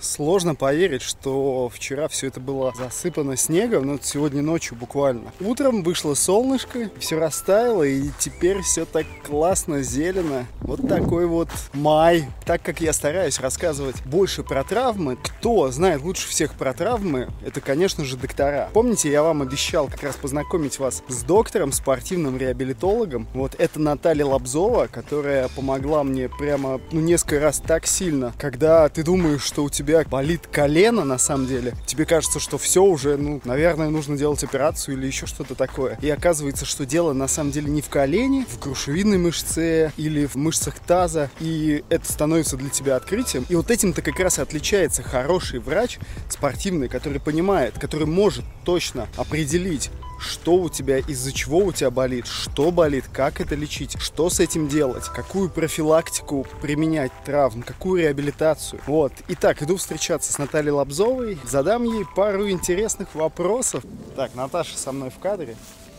Сложно поверить, что вчера все это было засыпано снегом, но сегодня ночью буквально. Утром вышло солнышко, все растаяло, и теперь все так классно, зелено. Вот такой вот май. Так как я стараюсь рассказывать больше про травмы, кто знает лучше всех про травмы, это, конечно же, доктора. Помните, я вам обещал как раз познакомить вас с доктором, спортивным реабилитологом. Вот это Наталья Лобзова, которая помогла мне прямо, несколько раз так сильно, когда ты думаешь, что у тебя болит колено, на самом деле. Тебе кажется, что все уже, наверное, нужно делать операцию или еще что-то такое. И оказывается, что дело на самом деле не в колене, в грушевидной мышце или в мышцах таза. И это становится для тебя открытием. И вот этим-то как раз и отличается хороший врач спортивный, который понимает, который может точно определить, что у тебя, из-за чего у тебя болит, что болит, как это лечить, что с этим делать, какую профилактику применять травм, какую реабилитацию. Вот. Итак, иду встречаться с Натальей Лобзовой, задам ей пару интересных вопросов. Так, Наташа со мной в кадре.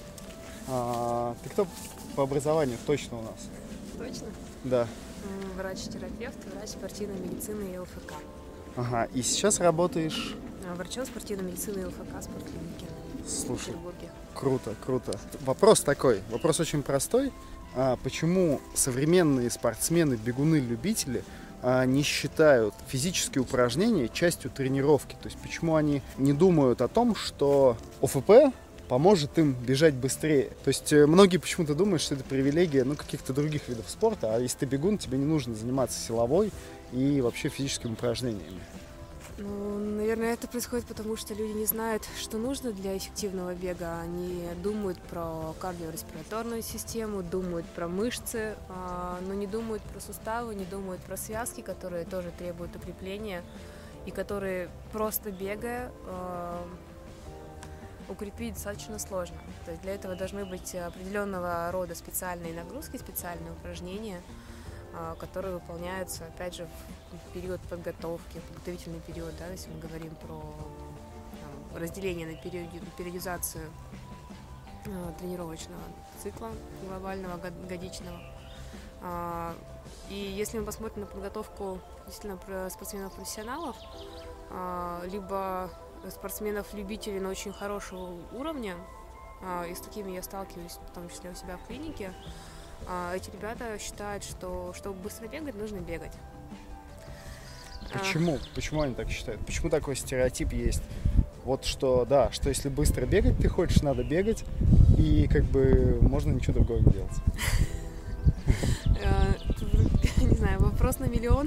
Ты кто по образованию точно у нас? Точно? Да. Врач-терапевт, врач спортивной медицины и ЛФК. Ага, и сейчас работаешь? Врачом спортивной медицины и ЛФК спортклиники. Слушай, в Петербурге. Круто. Вопрос такой, вопрос очень простой. Почему современные спортсмены, бегуны, любители не считают физические упражнения частью тренировки? То есть почему они не думают о том, что ОФП поможет им бежать быстрее? То есть многие почему-то думают, что это привилегия каких-то других видов спорта, а если ты бегун, тебе не нужно заниматься силовой и вообще физическими упражнениями. Наверное, это происходит потому, что люди не знают, что нужно для эффективного бега. Они думают про кардиореспираторную систему, думают про мышцы, но не думают про суставы, не думают про связки, которые тоже требуют укрепления и которые, просто бегая, укрепить достаточно сложно. То есть для этого должны быть определенного рода специальные нагрузки, специальные упражнения, которые выполняются, опять же, в период подготовки, подготовительный период, да, если мы говорим про разделение на периодизацию тренировочного цикла глобального, годичного. И если мы посмотрим на подготовку действительно спортсменов-профессионалов, либо спортсменов-любителей на очень хорошего уровня, и с такими я сталкиваюсь, в том числе у себя в клинике, эти ребята считают, что чтобы быстро бегать, нужно бегать. Почему? Почему они так считают? Почему такой стереотип есть? Вот что, да, что если быстро бегать ты хочешь, надо бегать, и можно ничего другого не делать. Не знаю, вопрос на миллион.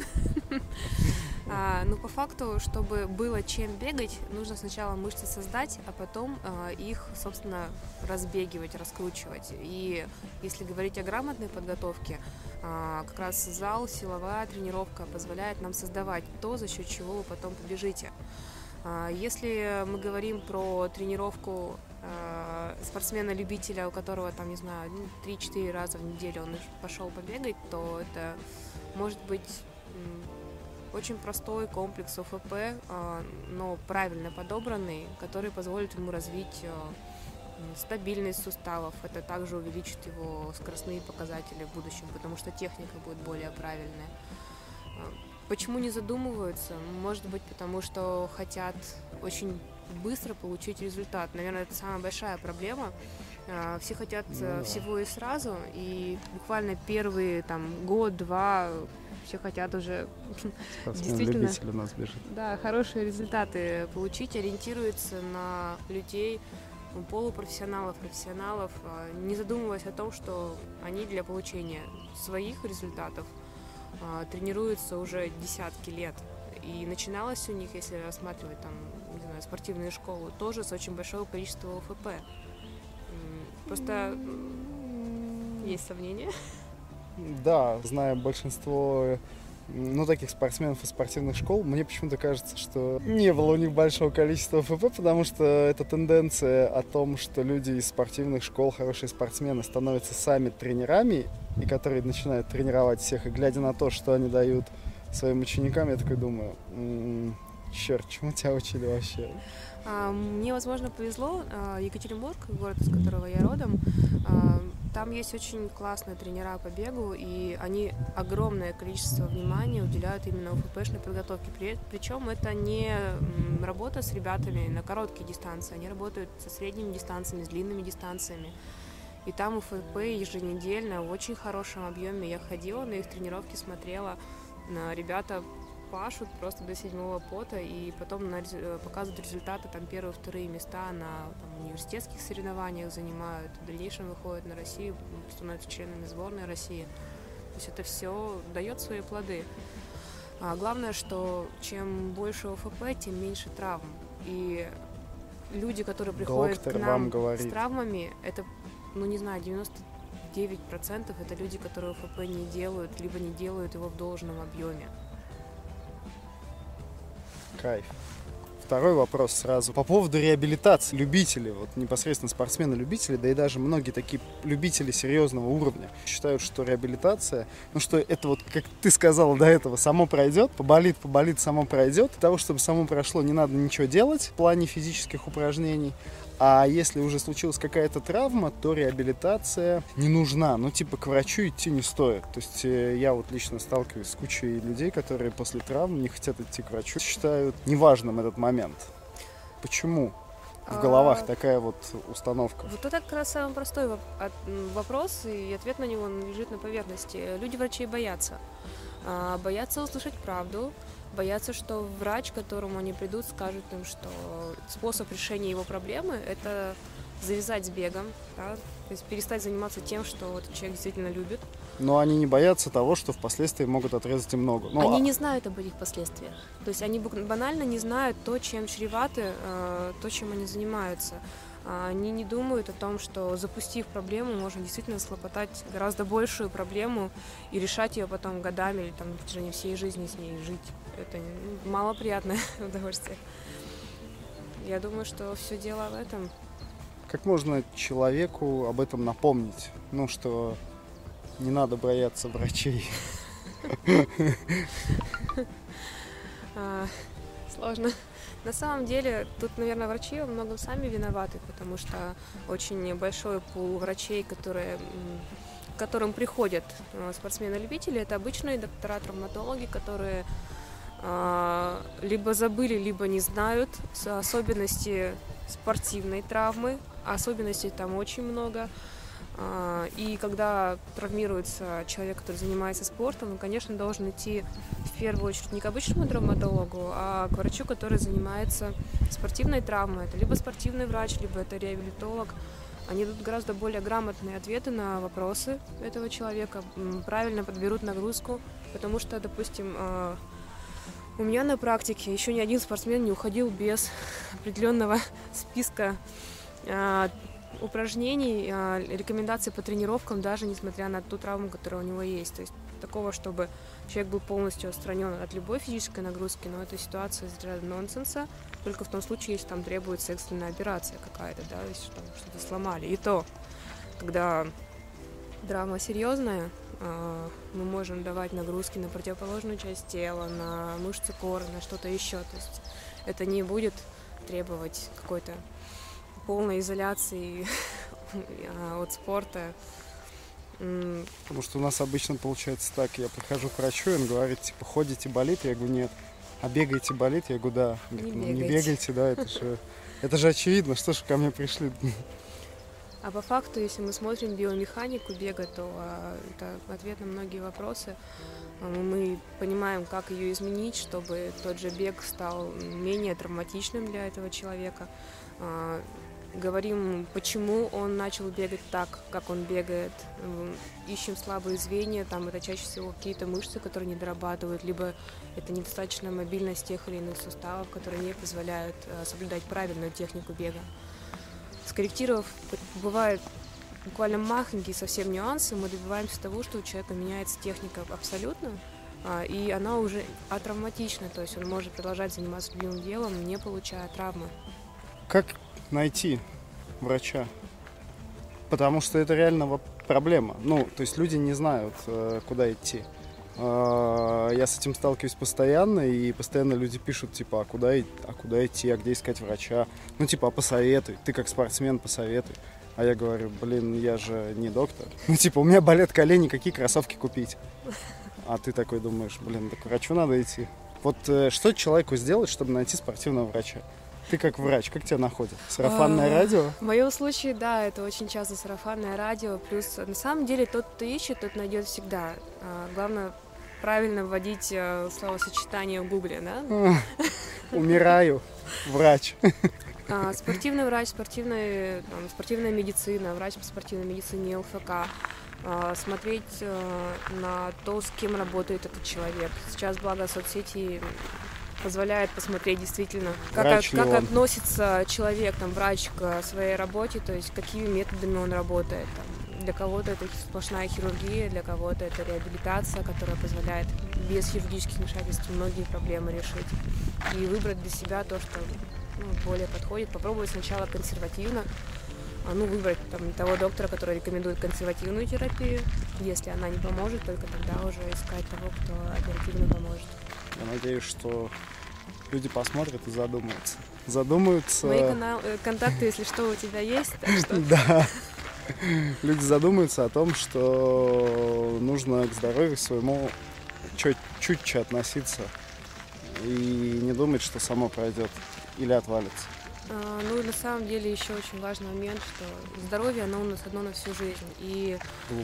По факту, чтобы было чем бегать, нужно сначала мышцы создать, а потом их, собственно, разбегивать, раскручивать. И если говорить о грамотной подготовке, как раз зал, силовая тренировка позволяет нам создавать то, за счет чего вы потом побежите. Если мы говорим про тренировку спортсмена-любителя, у которого, 3-4 раза в неделю он пошел побегать, то это может быть очень простой комплекс ОФП, но правильно подобранный, который позволит ему развить стабильность суставов. Это также увеличит его скоростные показатели в будущем, потому что техника будет более правильная. Почему не задумываются? Может быть, потому что хотят очень быстро получить результат. Наверное, это самая большая проблема. Все хотят всего и сразу, и буквально первые год-два все хотят уже действительно любитель у нас бежит. Да, хорошие результаты получить, ориентируются на людей, полупрофессионалов, профессионалов, не задумываясь о том, что они для получения своих результатов тренируются уже десятки лет. И начиналось у них, если рассматривать спортивные школы, тоже с очень большого количества ОФП. Просто есть сомнения. Да, знаю большинство таких спортсменов из спортивных школ, мне почему-то кажется, что не было у них большого количества ФП, потому что это тенденция о том, что люди из спортивных школ, хорошие спортсмены, становятся сами тренерами, и которые начинают тренировать всех, и глядя на то, что они дают своим ученикам, я такой думаю, черт, чему тебя учили вообще? Мне, возможно, повезло. Екатеринбург, город, из которого я родом, Там есть очень классные тренера по бегу, и они огромное количество внимания уделяют именно УФПшной подготовке. Причем это не работа с ребятами на короткие дистанции, они работают со средними дистанциями, с длинными дистанциями. И там УФП еженедельно в очень хорошем объеме. Я ходила на их тренировки, смотрела, ребята пашут просто до седьмого пота, и потом показывают результаты, там первые, вторые места на университетских соревнованиях занимают, в дальнейшем выходят на Россию, становятся членами сборной России. То есть это все дает свои плоды. А главное, что чем больше ОФП, тем меньше травм. И люди, которые приходят к нам с травмами, это, 99% это люди, которые ОФП не делают, либо не делают его в должном объеме. Кайф. Второй вопрос сразу. По поводу реабилитации любителей, вот непосредственно спортсмены-любители, да и даже многие такие любители серьезного уровня считают, что реабилитация, что это вот, как ты сказала до этого, само пройдет, поболит, само пройдет. Для того, чтобы само прошло, не надо ничего делать в плане физических упражнений. А если уже случилась какая-то травма, то реабилитация не нужна. К врачу идти не стоит. То есть я вот лично сталкиваюсь с кучей людей, которые после травм не хотят идти к врачу, считают неважным этот момент. Почему в головах такая вот установка? Вот это как раз самый простой вопрос, и ответ на него лежит на поверхности. Люди врачей боятся. Боятся услышать правду. Боятся, что врач, к которому они придут, скажет им, что способ решения его проблемы – это завязать с бегом, да? То есть перестать заниматься тем, что этот человек действительно любит. Но они не боятся того, что впоследствии могут отрезать им ногу. Они не знают об этих последствиях. То есть они банально не знают то, чем чреваты, то, чем они занимаются. Они не думают о том, что, запустив проблему, можно действительно схлопотать гораздо большую проблему и решать ее потом годами или на протяжении всей жизни с ней жить. Это малоприятное удовольствие. Я думаю, что все дело в этом. Как можно человеку об этом напомнить? Что не надо бояться врачей. Сложно. На самом деле, тут, наверное, врачи во многом сами виноваты, потому что очень большой пул врачей, к которым приходят спортсмены-любители, это обычные доктора-травматологи, которые либо забыли, либо не знают особенности спортивной травмы, особенностей там очень много. И когда травмируется человек, который занимается спортом, он, конечно, должен идти в первую очередь не к обычному травматологу, а к врачу, который занимается спортивной травмой. Это либо спортивный врач, либо это реабилитолог. Они дадут гораздо более грамотные ответы на вопросы этого человека, правильно подберут нагрузку, потому что, допустим, у меня на практике еще ни один спортсмен не уходил без определенного списка упражнений, рекомендаций по тренировкам, даже несмотря на ту травму, которая у него есть. То есть такого, чтобы человек был полностью отстранен от любой физической нагрузки, но эта ситуация из ряда нонсенса, только в том случае, если там требуется экстренная операция какая-то, да, если там что-то сломали. И то, когда травма серьезная, мы можем давать нагрузки на противоположную часть тела, на мышцы кора, на что-то еще. То есть это не будет требовать какой-то полной изоляции от спорта. Потому что у нас обычно получается так: я прихожу к врачу, и он говорит, ходите, болит? Я говорю, нет. А бегаете, болит? Я говорю, да. Говорит, не бегайте, да, это же очевидно, что ж ко мне пришли. А по факту, если мы смотрим биомеханику бега, то это ответ на многие вопросы. Мы понимаем, как ее изменить, чтобы тот же бег стал менее травматичным для этого человека. Говорим, почему он начал бегать так, как он бегает. Ищем слабые звенья, это чаще всего какие-то мышцы, которые не дорабатывают, либо это недостаточная мобильность тех или иных суставов, которые не позволяют соблюдать правильную технику бега. Скорректировав, бывают буквально махонькие совсем нюансы, мы добиваемся того, что у человека меняется техника абсолютно, и она уже атравматична, то есть он может продолжать заниматься любимым делом, не получая травмы. Как найти врача? Потому что это реально проблема. То есть люди не знают, куда идти. Я с этим сталкиваюсь постоянно, и постоянно люди пишут, а куда идти, а где искать врача? А посоветуй, ты как спортсмен посоветуй. А я говорю, блин, я же не доктор. Ну, типа, у меня болят колени, какие кроссовки купить? А ты такой думаешь, блин, так к врачу надо идти. Вот что человеку сделать, чтобы найти спортивного врача? Ты как врач, как тебя находят? Сарафанное радио? В моем случае, да, это очень часто сарафанное радио. Плюс, на самом деле, тот, кто ищет, тот найдет всегда. Главное, правильно вводить словосочетание в гугле, да? Умираю, врач. Спортивный врач, спортивная медицина, врач по спортивной медицине, ЛФК. Смотреть на то, с кем работает этот человек. Сейчас, благо, соцсети позволяет посмотреть действительно, как относится человек, врач к своей работе, то есть какими методами он работает. Для кого-то это сплошная хирургия, для кого-то это реабилитация, которая позволяет без хирургических вмешательств многие проблемы решить. И выбрать для себя то, что более подходит. Попробовать сначала консервативно, выбрать того доктора, который рекомендует консервативную терапию. Если она не поможет, только тогда уже искать того, кто оперативно поможет. Я надеюсь, что люди посмотрят и задумаются. Мои контакты, если что, у тебя есть, так что... Да. Люди задумаются о том, что нужно к здоровью своему чуть-чуть относиться и не думать, что само пройдет или отвалится. На самом деле еще очень важный момент, что здоровье, оно у нас одно на всю жизнь. И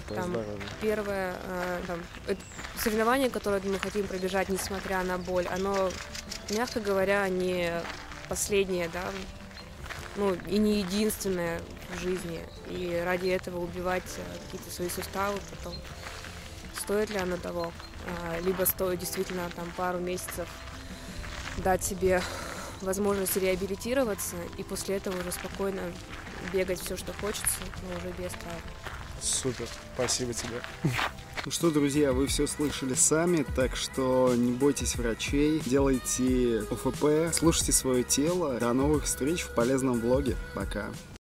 первое соревнование, которое мы хотим пробежать, несмотря на боль, оно, мягко говоря, не последнее, и не единственное в жизни. И ради этого убивать какие-то свои суставы потом, стоит ли оно того? Либо стоит действительно пару месяцев дать себе возможность реабилитироваться и после этого уже спокойно бегать все, что хочется, но уже без травм. Супер, спасибо тебе. Ну что, друзья, вы все слышали сами, так что не бойтесь врачей, делайте ОФП, слушайте свое тело. До новых встреч в полезном влоге. Пока.